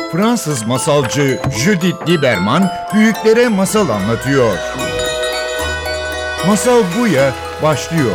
Fransız masalcı Judith Lieberman büyüklere masal anlatıyor. Masal Buya başlıyor.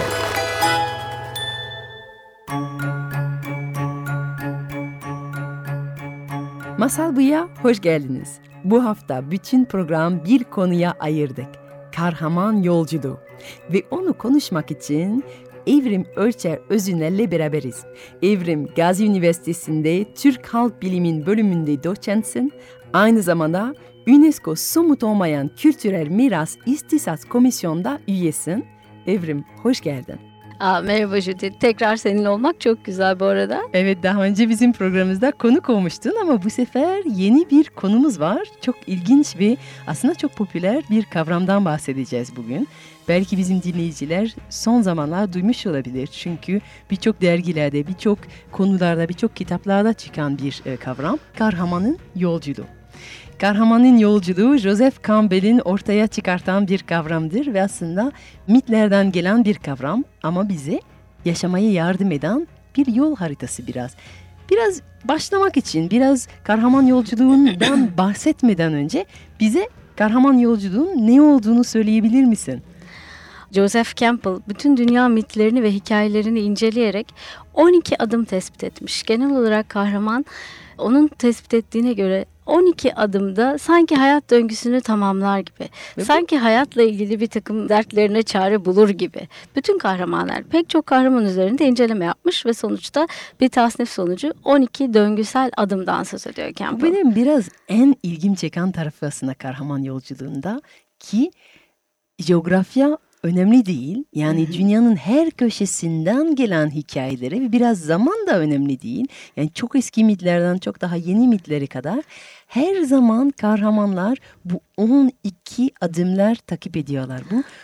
Masal Buya hoş geldiniz. Bu hafta bütün program bir konuya ayırdık. Kahraman yolculuğu. Ve onu konuşmak için Evrim Ölçer Özüner'le beraberiz. Evrim, Gazi Üniversitesi'nde Türk Halk Bilim'in bölümünde doçentsin. Aynı zamanda UNESCO Somut Olmayan Kültürel Miras İstisas Komisyonu'nda üyesin. Evrim, hoş geldin. Merhaba Judith. Tekrar seninle olmak çok güzel bu arada. Evet, daha önce bizim programımızda konuk olmuştun ama bu sefer yeni bir konumuz var. Çok ilginç ve aslında çok popüler bir kavramdan bahsedeceğiz bugün. Belki bizim dinleyiciler son zamanlar duymuş olabilir. Çünkü birçok dergilerde, birçok konularda, birçok kitaplarda çıkan bir kavram. Kahramanın yolculuğu. Kahramanın yolculuğu Joseph Campbell'in ortaya çıkartan bir kavramdır ve aslında mitlerden gelen bir kavram ama bize yaşamaya yardım eden bir yol haritası biraz. Biraz başlamak için, biraz kahraman yolculuğundan bahsetmeden önce bize kahraman yolculuğun ne olduğunu söyleyebilir misin? Joseph Campbell bütün dünya mitlerini ve hikayelerini inceleyerek 12 adım tespit etmiş. Genel olarak kahraman onun tespit ettiğine göre 12 adımda sanki hayat döngüsünü tamamlar gibi. Sanki hayatla ilgili bir takım dertlerine çare bulur gibi. Bütün kahramanlar pek çok kahraman üzerinde inceleme yapmış ve sonuçta bir tasnif sonucu 12 döngüsel adımdan söz ediyor Campbell. Bu benim biraz en ilgim çeken tarafı aslında kahraman yolculuğunda ki coğrafya önemli değil. Yani dünyanın her köşesinden gelen hikayeleri ve biraz zaman da önemli değil. Yani çok eski mitlerden çok daha yeni mitlere kadar her zaman kahramanlar bu 12 adımlar takip ediyorlar.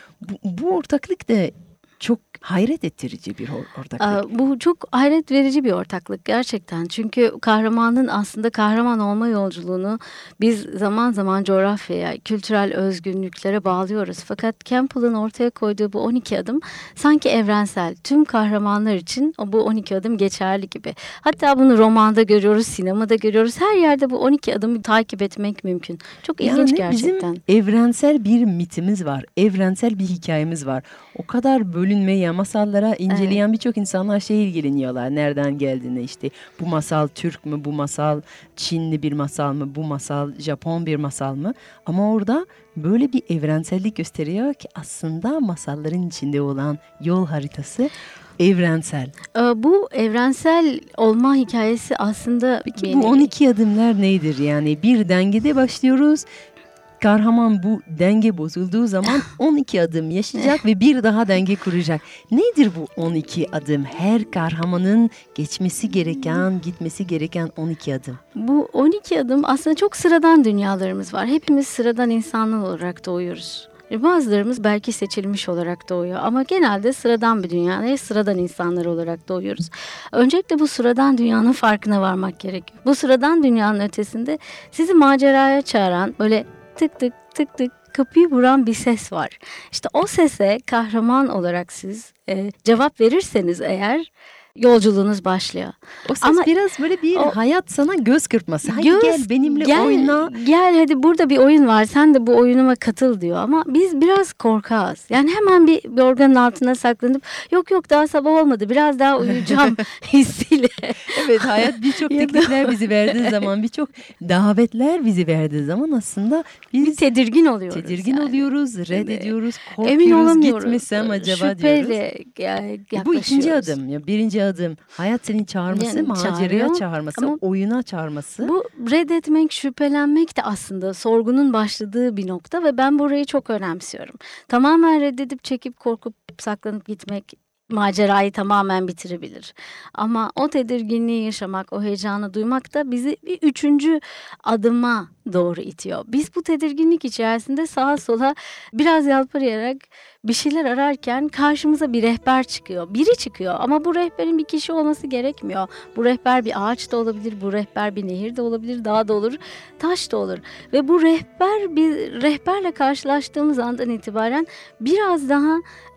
Bu ortaklık da çok hayret ettirici bir ortaklık. Bu çok hayret verici bir ortaklık gerçekten. Çünkü kahramanın aslında kahraman olma yolculuğunu biz zaman zaman coğrafyaya, kültürel özgünlüklere bağlıyoruz. Fakat Campbell'ın ortaya koyduğu bu 12 adım sanki evrensel. Tüm kahramanlar için bu 12 adım geçerli gibi. Hatta bunu romanda görüyoruz, sinemada görüyoruz. Her yerde bu 12 adımı takip etmek mümkün. Çok ilginç gerçekten. Bizim evrensel bir mitimiz var. Evrensel bir hikayemiz var. O kadar bölünmeye, masallara inceleyen birçok insanlar ilgileniyorlar. Nereden geldiğine işte bu masal Türk mü, bu masal Çinli bir masal mı, bu masal Japon bir masal mı? Ama orada böyle bir evrensellik gösteriyor ki aslında masalların içinde olan yol haritası evrensel. Bu evrensel olma hikayesi aslında... Peki bu 12 adımlar nedir? Yani bir dengede başlıyoruz. Kahraman bu denge bozulduğu zaman 12 adım yaşayacak ve bir daha denge kuracak. Nedir bu 12 adım? Her kahramanın geçmesi gereken, gitmesi gereken 12 adım. Bu 12 adım aslında çok sıradan dünyalarımız var. Hepimiz sıradan insanlar olarak doğuyoruz. Bazılarımız belki seçilmiş olarak doğuyor ama genelde sıradan bir dünyada sıradan insanlar olarak doğuyoruz. Öncelikle bu sıradan dünyanın farkına varmak gerekiyor. Bu sıradan dünyanın ötesinde sizi maceraya çağıran böyle tık tık tık tık kapıyı vuran bir ses var. İşte o sese kahraman olarak siz cevap verirseniz eğer yolculuğunuz başlıyor. O ses ama biraz böyle bir hayat sana göz kırpması. Hadi gel benimle oyna. Gel hadi burada bir oyun var. Sen de bu oyunuma katıl diyor. Ama biz biraz korkağız. Yani hemen bir yorganın altına saklanıp yok daha sabah olmadı. Biraz daha uyuyacağım hissiyle. Evet, hayat birçok teklifler bizi verdiği zaman, birçok davetler bizi verdiği zaman aslında biz bir tedirgin oluyoruz. Oluyoruz, reddediyoruz, korkuyoruz. Gitmesem acaba diyoruz. Yaklaşıyoruz. Bu ikinci adım. Ya birinci adım hayat seni çağırması, yani maceraya çağırması, oyuna çağırması. Bu reddetmek, şüphelenmek de aslında sorgunun başladığı bir nokta ve ben burayı çok önemsiyorum. Tamamen reddedip çekip korkup saklanıp gitmek macerayı tamamen bitirebilir. Ama o tedirginliği yaşamak, o heyecanı duymak da bizi bir üçüncü adıma doğru itiyor. Biz bu tedirginlik içerisinde sağa sola biraz yalpalayarak bir şeyler ararken karşımıza bir rehber çıkıyor. Biri çıkıyor ama bu rehberin bir kişi olması gerekmiyor. Bu rehber bir ağaç da olabilir, bu rehber bir nehir de olabilir, dağ da olur, taş da olur. Ve bu rehberle karşılaştığımız andan itibaren biraz daha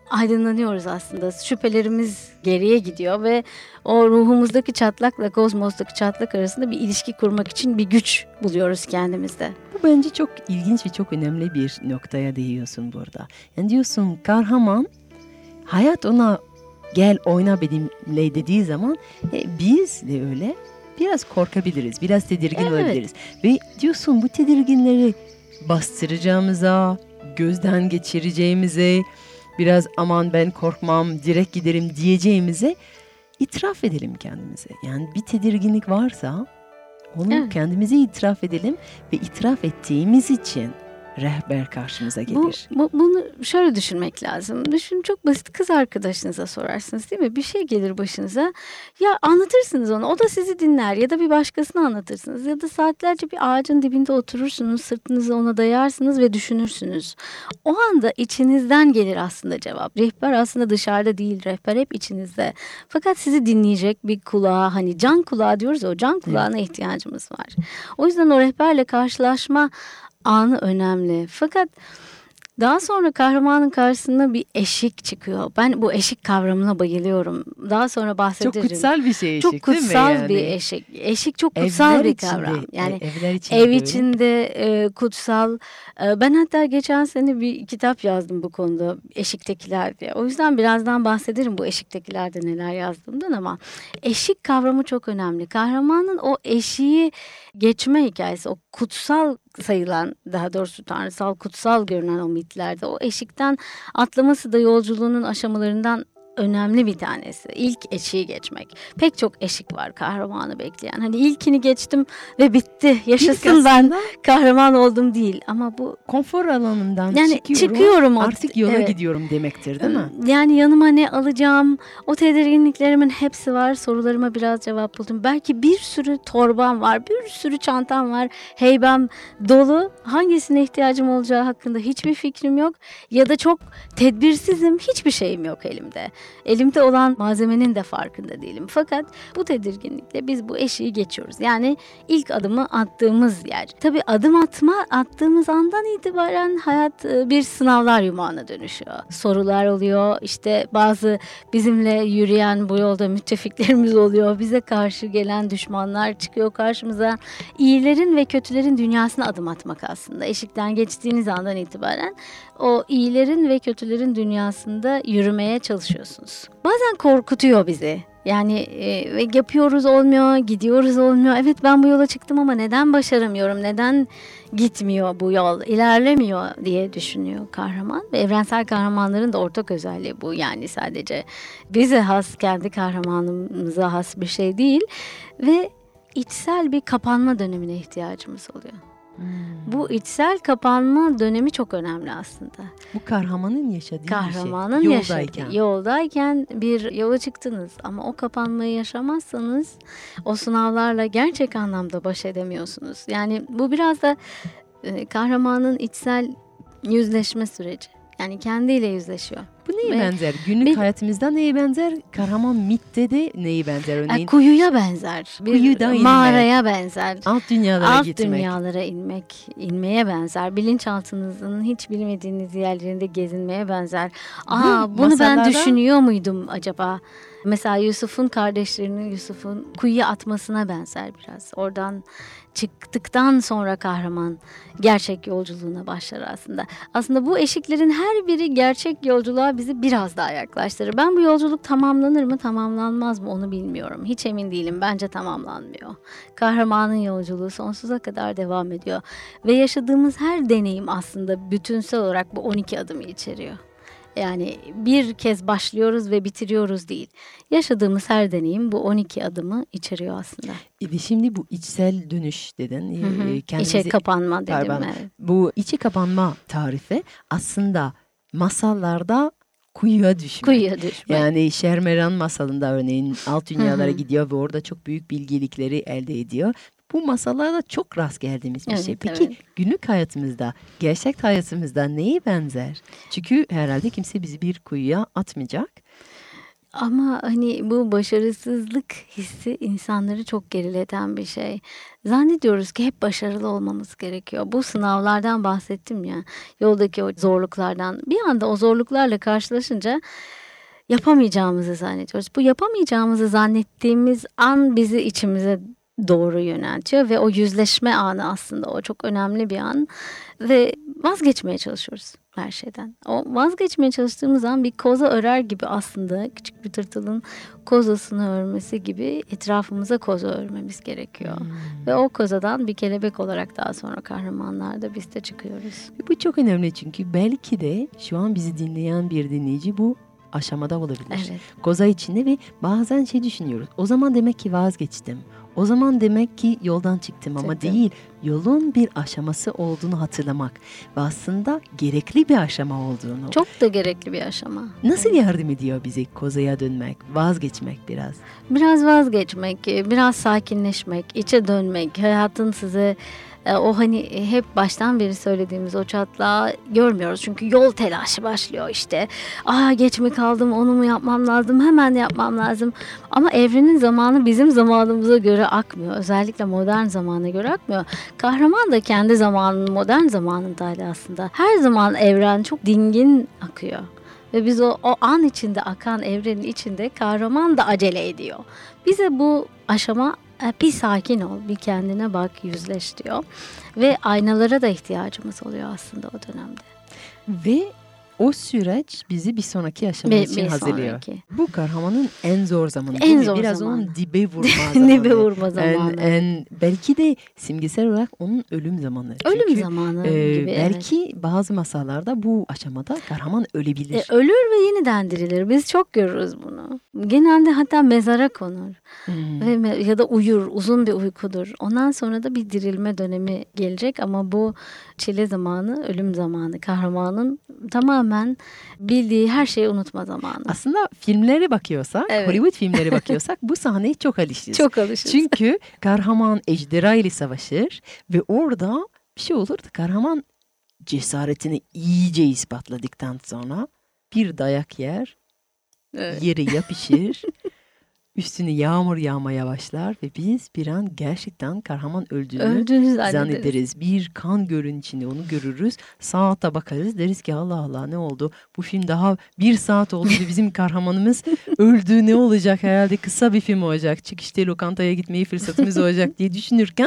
aydınlanıyoruz aslında. Şüphelerimiz geriye gidiyor ve o ruhumuzdaki çatlakla kozmostaki çatlak arasında bir ilişki kurmak için bir güç buluyoruz kendimizde. Bu bence çok ilginç ve çok önemli bir noktaya değiyorsun burada. Yani diyorsun kahraman, hayat ona gel oyna benimle dediği zaman biz de öyle biraz korkabiliriz, biraz tedirgin olabiliriz. Ve diyorsun bu tedirginleri bastıracağımıza, gözden geçireceğimize, biraz aman ben korkmam, direkt giderim diyeceğimize itiraf edelim kendimize. Yani bir tedirginlik varsa onu kendimize itiraf edelim ve itiraf ettiğimiz için rehber karşımıza gelir. Bunu şöyle düşünmek lazım. Düşün, çok basit, kız arkadaşınıza sorarsınız değil mi? Bir şey gelir başınıza. Ya anlatırsınız ona. O da sizi dinler ya da bir başkasına anlatırsınız. Ya da saatlerce bir ağacın dibinde oturursunuz. Sırtınızı ona dayarsınız ve düşünürsünüz. O anda içinizden gelir aslında cevap. Rehber aslında dışarıda değil. Rehber hep içinizde. Fakat sizi dinleyecek bir kulağa, hani can kulağı diyoruz ya, o can kulağına ihtiyacımız var. O yüzden o rehberle karşılaşma anı önemli. Fakat daha sonra kahramanın karşısına bir eşik çıkıyor. Ben bu eşik kavramına bayılıyorum. Daha sonra bahsedeceğim. Çok kutsal bir şey eşik, çok kutsal değil mi? bir eşik. Eşik çok kutsal evler bir içinde, kavram. Yani evler içinde ev böyle. içinde kutsal. Ben hatta geçen sene bir kitap yazdım bu konuda, Eşiktekiler diye. O yüzden birazdan bahsederim bu eşiktekilerde neler yazdığımdan, ama eşik kavramı çok önemli. Kahramanın o eşiği geçme hikayesi, o kutsal sayılan, daha doğrusu tanrısal, kutsal görünen o mitlerde o eşikten atlaması da yolculuğunun aşamalarından önemli bir tanesi. İlk eşiği geçmek. Pek çok eşik var kahramanı bekleyen. Hani ilkini geçtim ve bitti. Yaşasın, ben kahraman oldum değil. Ama bu konfor alanından yani çıkıyorum artık yola gidiyorum demektir, değil mi? Yani yanıma ne alacağım? O tedirginliklerimin hepsi var. Sorularıma biraz cevap buldum. Belki bir sürü torbam var. Bir sürü çantam var. Heybem dolu. Hangisine ihtiyacım olacağı hakkında hiçbir fikrim yok. Ya da çok tedbirsizim. Hiçbir şeyim yok elimde. Elimde olan malzemenin de farkında değilim. Fakat bu tedirginlikle biz bu eşiği geçiyoruz. Yani ilk adımı attığımız yer. Tabii attığımız andan itibaren hayat bir sınavlar yumağına dönüşüyor. Sorular oluyor. İşte bazı bizimle yürüyen bu yolda müttefiklerimiz oluyor. Bize karşı gelen düşmanlar çıkıyor karşımıza. İyilerin ve kötülerin dünyasına adım atmak aslında. Eşikten geçtiğiniz andan itibaren o iyilerin ve kötülerin dünyasında yürümeye çalışıyorsunuz. Bazen korkutuyor bizi. Yani ve yapıyoruz olmuyor, gidiyoruz olmuyor. Evet, ben bu yola çıktım ama neden başaramıyorum, neden gitmiyor bu yol, ilerlemiyor diye düşünüyor kahraman. Ve evrensel kahramanların da ortak özelliği bu. Yani sadece bize has, kendi kahramanımıza has bir şey değil. Ve içsel bir kapanma dönemine ihtiyacımız oluyor. Bu içsel kapanma dönemi çok önemli aslında. Bu kahramanın yaşadığı kahramanın bir şey. yaşadığı. Yoldayken bir yola çıktınız ama o kapanmayı yaşamazsanız o sınavlarla gerçek anlamda baş edemiyorsunuz. Yani bu biraz da kahramanın içsel yüzleşme süreci. Yani kendiyle yüzleşiyor. Bu neye benzer? Günlük hayatımızda neye benzer? Kahraman mitte de neye benzer? Örneğin kuyuya benzer. Bir mağaraya benzer. Alt dünyalara gitmek. Alt dünyalara inmeye benzer. Bilinçaltınızın hiç bilmediğiniz yerlerinde gezinmeye benzer. Bunu ben düşünüyor muydum acaba? Mesela Yusuf'un kuyuya atmasına benzer biraz. Oradan çıktıktan sonra kahraman gerçek yolculuğuna başlar aslında. Aslında bu eşiklerin her biri gerçek yolculuğa bizi biraz daha yaklaştırır. Ben bu yolculuk tamamlanır mı, tamamlanmaz mı onu bilmiyorum. Hiç emin değilim. Bence tamamlanmıyor. Kahramanın yolculuğu sonsuza kadar devam ediyor. Ve yaşadığımız her deneyim aslında bütünsel olarak bu 12 adımı içeriyor. Yani bir kez başlıyoruz ve bitiriyoruz değil. Yaşadığımız her deneyim bu 12 adımı içeriyor aslında. Şimdi bu içsel dönüş dedin. İçe kapanma dedim. Evet. Bu içe kapanma tarifi aslında masallarda kuyuya düşmek. Yani Şermeran masalında örneğin alt dünyalara gidiyor ve orada çok büyük bilgelikleri elde ediyor. Bu masallarda çok rast geldiğimiz bir şey. Peki günlük hayatımızda, gerçek hayatımızda neye benzer? Çünkü herhalde kimse bizi bir kuyuya atmayacak. Ama hani bu başarısızlık hissi insanları çok gerileten bir şey. Zannediyoruz ki hep başarılı olmamız gerekiyor. Bu sınavlardan bahsettim ya, yoldaki o zorluklardan. Bir anda o zorluklarla karşılaşınca yapamayacağımızı zannediyoruz. Bu yapamayacağımızı zannettiğimiz an bizi içimize doğru yöneltiyor ve o yüzleşme anı aslında o çok önemli bir an ve vazgeçmeye çalışıyoruz her şeyden. O vazgeçmeye çalıştığımız an bir koza örer gibi aslında küçük bir tırtılın kozasını örmesi gibi etrafımıza koza örmemiz gerekiyor. Ve o kozadan bir kelebek olarak daha sonra kahramanlarda biz de çıkıyoruz. Bu çok önemli çünkü belki de şu an bizi dinleyen bir dinleyici bu aşamada olabilir. Evet. Koza içinde ve bazen düşünüyoruz. O zaman demek ki vazgeçtim. O zaman demek ki yoldan çıktım ama değil. Yolun bir aşaması olduğunu hatırlamak ve aslında gerekli bir aşama olduğunu. Çok da gerekli bir aşama. Nasıl yardım ediyor bize kozaya dönmek, vazgeçmek biraz? Biraz vazgeçmek, biraz sakinleşmek, içe dönmek, hayatın size o hani hep baştan beri söylediğimiz o çatlağı görmüyoruz. Çünkü yol telaşı başlıyor işte. Geç mi kaldım, onu mu yapmam lazım, hemen yapmam lazım. Ama evrenin zamanı bizim zamanımıza göre akmıyor. Özellikle modern zamana göre akmıyor. Kahraman da kendi zamanının modern zamanındaydı aslında. Her zaman evren çok dingin akıyor. Ve biz o an içinde akan evrenin içinde kahraman da acele ediyor. Bize bu aşama bir sakin ol, bir kendine bak, yüzleş diyor. Ve aynalara da ihtiyacımız oluyor aslında o dönemde. Ve o süreç bizi bir sonraki aşama için hazırlıyor. Sonraki. Bu kahramanın en zor zamanı. En zor biraz zamanı. onun dibe vurma zamanı. Dibe vurma zamanı. Belki de simgesel olarak onun ölüm zamanı. Ölüm Çünkü, zamanı gibi. Belki bazı masallarda bu aşamada kahraman ölebilir. Ölür ve yeniden dirilir. Biz çok görürüz bunu. Genelde hatta mezara konur. Ya da uyur. Uzun bir uykudur. Ondan sonra da bir dirilme dönemi gelecek ama bu çile zamanı, ölüm zamanı. Kahramanın tamamen bildiği her şeyi unutma zamanı. Aslında filmlere bakıyorsak, evet. Hollywood filmlere bakıyorsak bu sahneye çok alışırız. Çok alışırız. Çünkü kahraman ejderha ile savaşır ve orada bir şey olur da kahraman cesaretini iyice ispatladıktan sonra bir dayak yer, yere yapışır, üstüne yağmur yağmaya başlar ve biz bir an gerçekten kahraman öldüğünü zannederiz. Bir kan gölün içinde onu görürüz. Saate bakarız, deriz ki Allah Allah ne oldu? Bu film daha 1 saat oldu ve bizim kahramanımız öldü, ne olacak? Herhalde kısa bir film olacak. Çıkışta lokantaya gitmeyi fırsatımız olacak diye düşünürken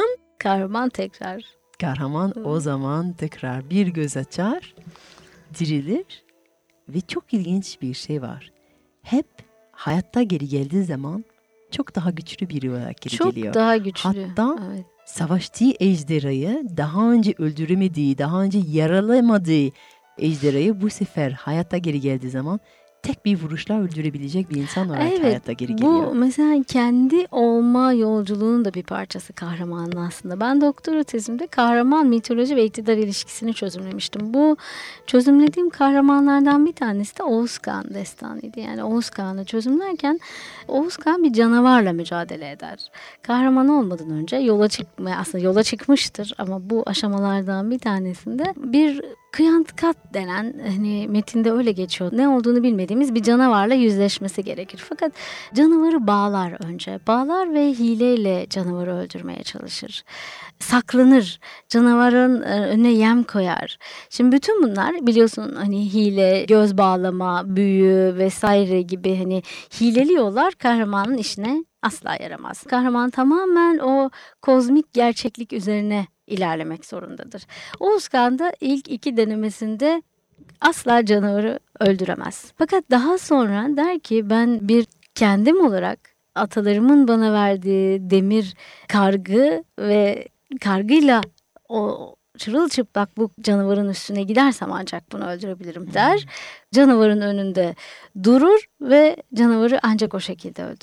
Kahraman o zaman tekrar bir göz açar, dirilir ve çok ilginç bir şey var. Hep hayatta geri geldiği zaman çok daha güçlü biri olarak geri geliyor. Çok daha güçlü. Hatta savaştığı ejderhayı, daha önce öldüremediği, daha önce yaralamadığı ejderhayı bu sefer hayatta geri geldiği zaman tek bir vuruşla öldürebilecek bir insan olarak hayatta geri geliyor. Bu mesela kendi olma yolculuğunun da bir parçası kahramanın aslında. Ben doktora tezimde kahraman, mitoloji ve iktidar ilişkisini çözümlemiştim. Bu çözümlediğim kahramanlardan bir tanesi de Oğuz Kağan destanıydı. Yani Oğuz Kağan'ı çözümlerken Oğuz Kağan bir canavarla mücadele eder. Kahraman olmadan önce yola çıkmıştır ama bu aşamalardan bir tanesinde bir Kıyantıkat denen, hani metinde öyle geçiyor, ne olduğunu bilmediğimiz bir canavarla yüzleşmesi gerekir. Fakat canavarı bağlar önce. Bağlar ve hileyle canavarı öldürmeye çalışır. Saklanır. Canavarın önüne yem koyar. Şimdi bütün bunlar biliyorsun hani hile, göz bağlama, büyü vesaire gibi hani hileli yollar kahramanın işine asla yaramaz. Kahraman tamamen o kozmik gerçeklik üzerine ilerlemek zorundadır. Oğuz Kağan da ilk 2 denemesinde asla canavarı öldüremez. Fakat daha sonra der ki ben bir kendim olarak atalarımın bana verdiği demir kargı ve kargıyla o çırılçıplak bu canavarın üstüne gidersem ancak bunu öldürebilirim der. Canavarın önünde durur ve canavarı ancak o şekilde öldürür.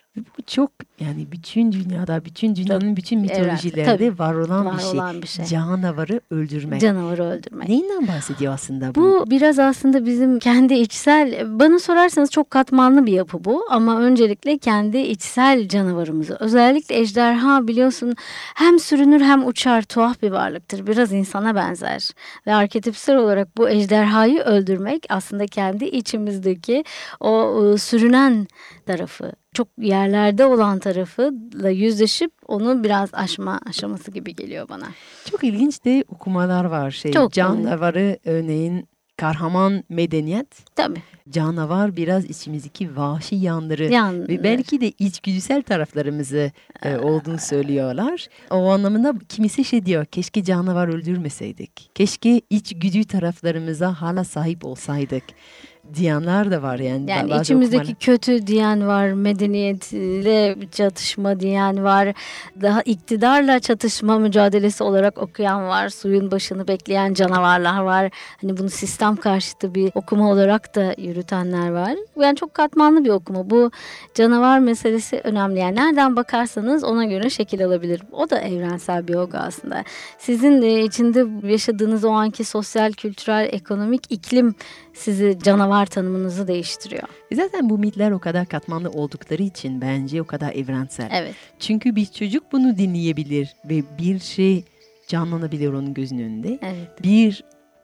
Bu çok yani bütün dünyada, bütün dünyanın bütün mitolojilerde tabii. var olan Var bir bir şey. Canavarı öldürmek. Canavarı öldürmek. Neyinden bahsediyor aslında bu? Bu biraz aslında bizim kendi içsel, bana sorarsanız çok katmanlı bir yapı bu. Ama öncelikle kendi içsel canavarımızı. Özellikle ejderha biliyorsun hem sürünür hem uçar, tuhaf bir varlıktır. Biraz insana benzer. Ve arketipsel olarak bu ejderhayı öldürmek aslında kendi içimizdeki o sürünen tarafı, çok yerlerde olan tarafıyla yüzleşip onu biraz aşma aşaması gibi geliyor bana. Çok ilginç de okumalar var. Çok Canavarı örneğin kahraman medeniyet. Tabii. Canavar biraz içimizdeki vahşi yanları ve belki de içgüdüsel taraflarımızı olduğunu söylüyorlar. O anlamında kimisi diyor, keşke canavar öldürmeseydik. Keşke içgüdü taraflarımıza hala sahip olsaydık diyenler de var yani. Yani içimizdeki kötü diyen var, medeniyetle çatışma diyen var, daha iktidarla çatışma mücadelesi olarak okuyan var, suyun başını bekleyen canavarlar var. Hani bunu sistem karşıtı bir okuma olarak da yürütenler var. Yani çok katmanlı bir okuma. Bu canavar meselesi önemli. Yani nereden bakarsanız ona göre şekil alabilir. O da evrensel bir olgu aslında. Sizin içinde yaşadığınız o anki sosyal, kültürel, ekonomik iklim sizi canavar tanımınızı değiştiriyor. Zaten bu mitler o kadar katmanlı oldukları için bence o kadar evrensel. Evet. Çünkü bir çocuk bunu dinleyebilir ve bir şey canlanabilir onun gözünün önünde. Evet. Bir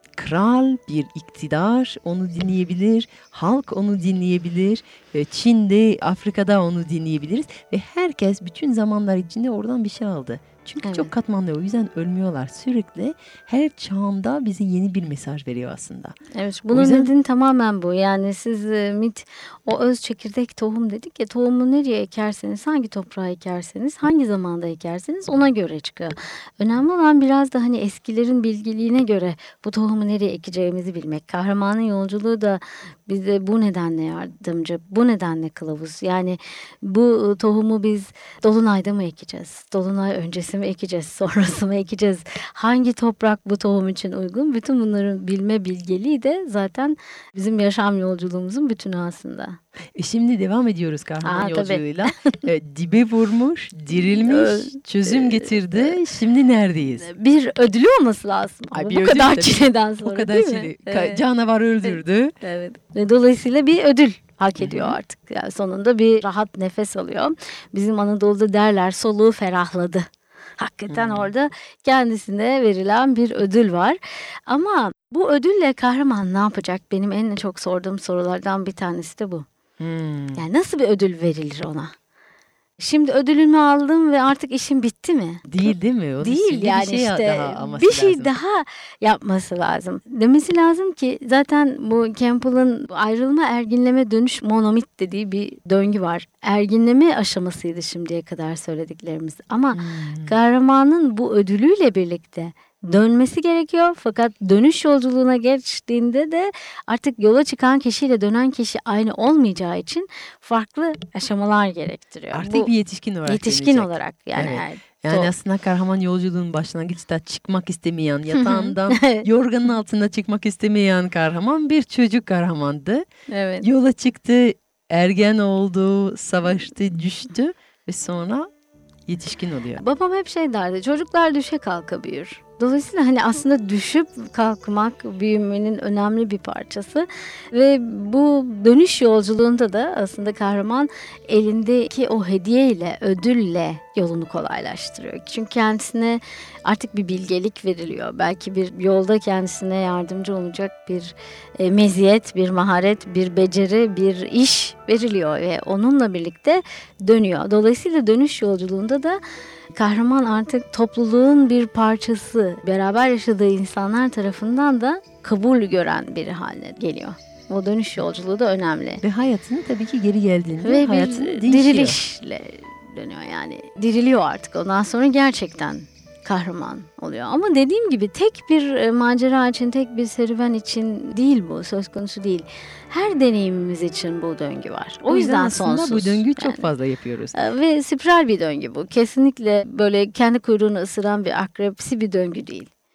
kral, bir iktidar onu dinleyebilir, halk onu dinleyebilir, Çin'de, Afrika'da onu dinleyebiliriz ve herkes bütün zamanlar içinde oradan bir şey aldı. Çünkü çok katmanlı, o yüzden ölmüyorlar. Sürekli her çağında bize yeni bir mesaj veriyor aslında. Evet, bunun nedeni tamamen bu. Yani siz mit, o öz çekirdek tohum dedik ya, tohumu nereye ekerseniz, hangi toprağa ekerseniz, hangi zamanda ekerseniz ona göre çıkıyor. Önemli olan biraz da hani eskilerin bilgiliğine göre bu tohumu nereye ekeceğimizi bilmek. Kahramanın yolculuğu da bize bu nedenle yardımcı, bu nedenle kılavuz. Yani bu tohumu biz dolunayda mı ekeceğiz? Dolunay öncesi mi ekeceğiz? Sonrası mı ekeceğiz? Hangi toprak bu tohum için uygun? Bütün bunların bilme bilgeliği de zaten bizim yaşam yolculuğumuzun bütünü aslında. Şimdi devam ediyoruz kahraman yolculuğuyla. Dibe vurmuş, dirilmiş, çözüm getirdi. Şimdi neredeyiz? Bir ödülü olması lazım. Ay, bu kadar çileden sonra, o kadar değil çile. mi? Evet. Canavar öldürdü. Evet. Ve dolayısıyla bir ödül hak ediyor artık. Yani sonunda bir rahat nefes alıyor. Bizim Anadolu'da derler, soluğu ferahladı. Hakikaten orada kendisine verilen bir ödül var. Ama bu ödülle kahraman ne yapacak? Benim en çok sorduğum sorulardan bir tanesi de bu. Yani nasıl bir ödül verilir ona? Şimdi ödülümü aldım ve artık işim bitti mi? Değil mi? Onun değil yani bir şey işte daha bir şey daha yapması lazım. Demesi lazım ki zaten bu Campbell'ın ayrılma, erginleme, dönüş, monomit dediği bir döngü var. Erginleme aşamasıydı şimdiye kadar söylediklerimiz. Ama kahramanın bu ödülüyle birlikte dönmesi gerekiyor. Fakat dönüş yolculuğuna geçtiğinde de artık yola çıkan kişiyle dönen kişi aynı olmayacağı için farklı aşamalar gerektiriyor. Artık bir yetişkin olarak yetişkin dönecek. olarak yani. Evet. Yani aslında kahraman yolculuğunun başlangıçta çıkmak istemeyen, yatağından yorganın altında çıkmak istemeyen kahraman bir çocuk kahramandı. Evet. Yola çıktı, ergen oldu, savaştı, düştü ve sonra yetişkin oluyor. Babam hep şey derdi, çocuklar düşe kalka büyür. Dolayısıyla hani aslında düşüp kalkmak büyümenin önemli bir parçası ve bu dönüş yolculuğunda da aslında kahraman elindeki o hediyeyle, ödülle yolunu kolaylaştırıyor. Çünkü kendisine artık bir bilgelik veriliyor. Belki bir yolda kendisine yardımcı olacak bir meziyet, bir maharet, bir beceri, bir iş veriliyor ve onunla birlikte dönüyor. Dolayısıyla dönüş yolculuğunda da kahraman artık topluluğun bir parçası, beraber yaşadığı insanlar tarafından da kabul gören biri haline geliyor. O dönüş yolculuğu da önemli. Ve hayatının tabii ki geri geldiğinde ve hayatın bir değişiyor. dirilişle dönüyor yani. Diriliyor artık. Ondan sonra gerçekten kahraman oluyor. Ama dediğim gibi tek bir macera için, tek bir serüven için değil bu. Söz konusu değil. Her deneyimimiz için bu döngü var. O yüzden sonsuz. Bu döngüyü çok fazla yapıyoruz. Ve spiral bir döngü bu. Kesinlikle böyle kendi kuyruğunu ısıran bir akrepsi bir döngü değil.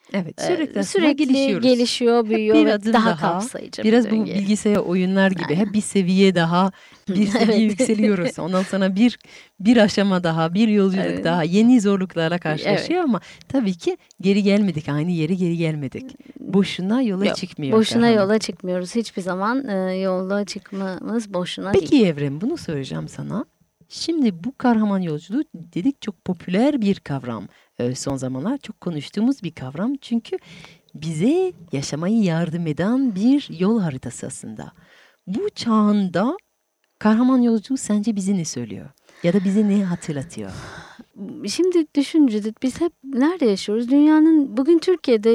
Evet, sürekli sürekli gelişiyor, büyüyor bir ve adım daha daha, kapsayıcı biraz bir bu döngü. bilgisayar oyunlar gibi hep bir seviye daha, bir seviye Evet. yükseliyoruz. Ondan sonra bir aşama daha, bir yolculuk Evet. daha, yeni zorluklarla Evet. karşılaşıyor ama tabii ki geri gelmedik, aynı yere geri gelmedik. Boşuna yola Yok, çıkmıyor boşuna kahraman. yola çıkmıyoruz. Hiçbir zaman yola çıkmamız boşuna değil. Peki Evren, bunu soracağım sana. Şimdi bu kahraman yolculuğu dedik, çok popüler bir kavram. Son zamanlar çok konuştuğumuz bir kavram. Çünkü bize yaşamayı yardım eden bir yol haritası aslında. Bu çağında kahraman yolculuğu sence bize ne söylüyor? Ya da bize ne hatırlatıyor? Şimdi düşünce biz hep nerede yaşıyoruz? Dünyanın bugün Türkiye'de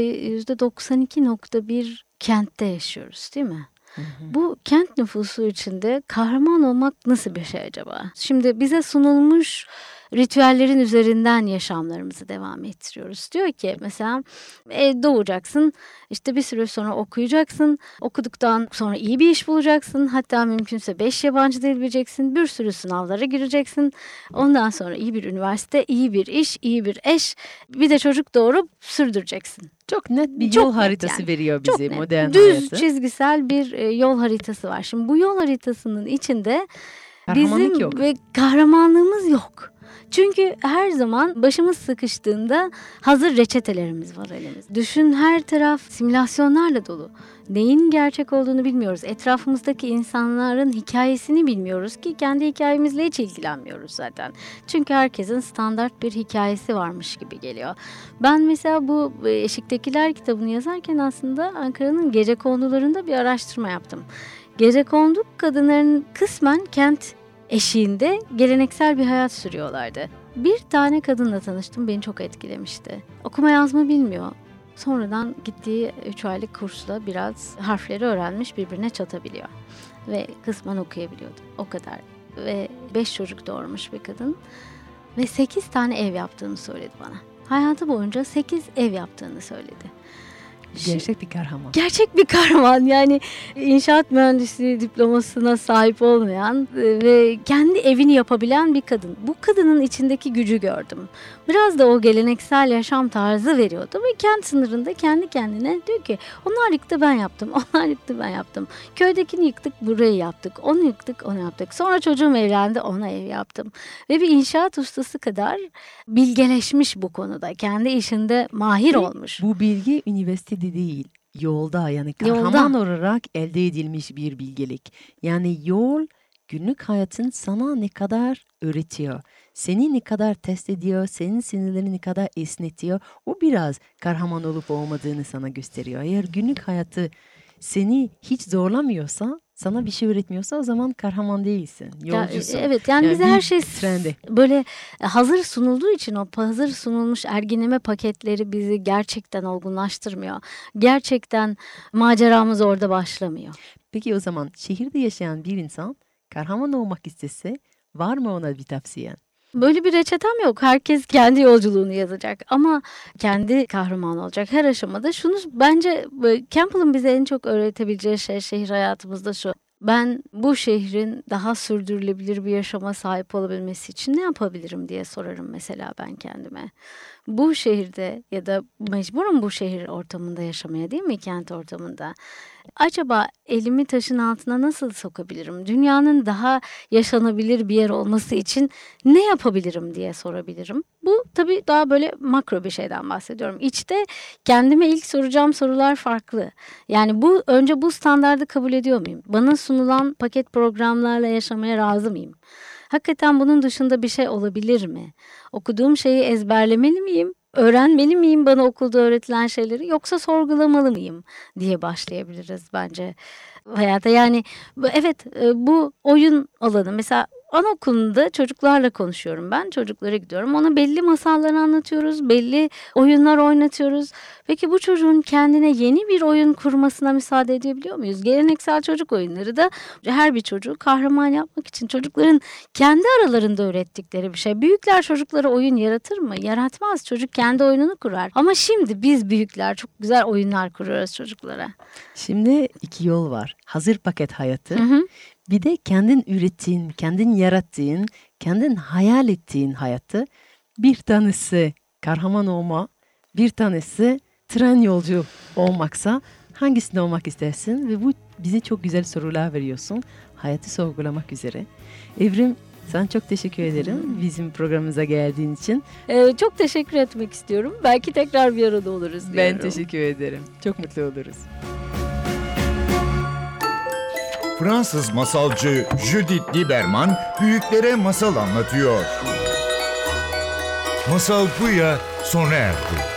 %92.1 kentte yaşıyoruz, değil mi? Bu kent nüfusu içinde kahraman olmak nasıl bir şey acaba? Şimdi bize sunulmuş ritüellerin üzerinden yaşamlarımızı devam ettiriyoruz. Diyor ki mesela doğacaksın, işte bir süre sonra okuyacaksın, okuduktan sonra iyi bir iş bulacaksın, hatta mümkünse 5 yabancı dil bileceksin, bir sürü sınavlara gireceksin. Ondan sonra iyi bir üniversite, iyi bir iş, iyi bir eş, bir de çocuk doğurup sürdüreceksin. Çok net bir Çok yol net haritası yani. veriyor Çok bize net. modern Düz hayatı. çizgisel bir yol haritası var. Şimdi bu yol haritasının içinde Kahramanlık bizim yok. ve kahramanlığımız yok. Çünkü her zaman başımız sıkıştığında hazır reçetelerimiz var elimizde. Düşün, her taraf simülasyonlarla dolu. Neyin gerçek olduğunu bilmiyoruz. Etrafımızdaki insanların hikayesini bilmiyoruz ki kendi hikayemizle hiç ilgilenmiyoruz zaten. Çünkü herkesin standart bir hikayesi varmış gibi geliyor. Ben mesela bu Eşiktekiler kitabını yazarken aslında Ankara'nın gecekondularında bir araştırma yaptım. Gecekondu kadınların kısmen kent eşiğinde geleneksel bir hayat sürüyorlardı. Bir tane kadınla tanıştım, beni çok etkilemişti. Okuma yazma bilmiyor. Sonradan gittiği 3 aylık kursla biraz harfleri öğrenmiş, birbirine çatabiliyor. Ve kısmen okuyabiliyordu. O kadar. Ve 5 çocuk doğurmuş bir kadın. Ve 8 tane ev yaptığını söyledi bana. Hayatı boyunca 8 ev yaptığını söyledi. Gerçek bir kahraman. Gerçek bir kahraman, yani inşaat mühendisliği diplomasına sahip olmayan ve kendi evini yapabilen bir kadın. Bu kadının içindeki gücü gördüm. Biraz da o geleneksel yaşam tarzı veriyordu ve kent sınırında kendi kendine diyor ki onlar yıktı ben yaptım, onlar yıktı ben yaptım. Köydekini yıktık, burayı yaptık, onu yıktık, onu yaptık. Sonra çocuğum evlendi, ona ev yaptım. Ve bir inşaat ustası kadar bilgeleşmiş bu konuda. Kendi işinde mahir olmuş. Bu bilgi üniversitede değil, yolda, yani kahraman olarak elde edilmiş bir bilgelik. Yani yol günlük hayatın sana ne kadar öğretiyor, seni ne kadar test ediyor, senin sinirlerini ne kadar esnetiyor. O biraz kahraman olup olmadığını sana gösteriyor. Eğer günlük hayatı seni hiç zorlamıyorsa, sana bir şey öğretmiyorsa o zaman kahraman değilsin, yolcusun. Evet, yani bize her şey trendi. böyle hazır sunulduğu için o hazır sunulmuş erginleme paketleri bizi gerçekten olgunlaştırmıyor. Gerçekten maceramız orada başlamıyor. Peki o zaman şehirde yaşayan bir insan kahraman olmak istese var mı ona bir tavsiyen? Böyle bir reçetem yok. Herkes kendi yolculuğunu yazacak ama kendi kahraman olacak her aşamada. Şunu bence Campbell'ın bize en çok öğretebileceği şey şehir hayatımızda şu. Ben bu şehrin daha sürdürülebilir bir yaşama sahip olabilmesi için ne yapabilirim diye sorarım mesela ben kendime. Bu şehirde ya da mecburum bu şehir ortamında yaşamaya, değil mi, kent ortamında? Acaba elimi taşın altına nasıl sokabilirim? Dünyanın daha yaşanabilir bir yer olması için ne yapabilirim diye sorabilirim. Bu tabii daha böyle makro bir şeyden bahsediyorum. İçte kendime ilk soracağım sorular farklı. Yani önce bu standardı kabul ediyor muyum? Bana sunulan paket programlarla yaşamaya razı mıyım? Hakikaten bunun dışında bir şey olabilir mi? Okuduğum şeyi ezberlemeli miyim? Öğrenmeli miyim bana okulda öğretilen şeyleri, yoksa sorgulamalı mıyım diye başlayabiliriz bence hayata. Yani evet, bu oyun alanı mesela anaokulunda çocuklarla konuşuyorum ben. Çocuklara gidiyorum. Ona belli masallar anlatıyoruz. Belli oyunlar oynatıyoruz. Peki bu çocuğun kendine yeni bir oyun kurmasına müsaade edebiliyor muyuz? Geleneksel çocuk oyunları da her bir çocuğu kahraman yapmak için çocukların kendi aralarında öğrettikleri bir şey. Büyükler çocuklara oyun yaratır mı? Yaratmaz. Çocuk kendi oyununu kurar. Ama şimdi biz büyükler çok güzel oyunlar kuruyoruz çocuklara. Şimdi 2 yol var. Hazır paket hayatı. Hı hı. Bir de kendin ürettiğin, kendin yarattığın, kendin hayal ettiğin hayatı. Bir tanesi kahraman olma, bir tanesi tren yolcu olmaksa hangisinde olmak istersin? Ve bu bize çok güzel sorular veriyorsun. Hayatı sorgulamak üzere. Evrim, sana çok teşekkür ederim bizim programımıza geldiğin için. Çok teşekkür etmek istiyorum. Belki tekrar bir arada oluruz diyorum. Ben teşekkür ederim. Çok mutlu oluruz. Fransız masalcı Judith Lieberman büyüklere masal anlatıyor. Masal Buya sona erdi.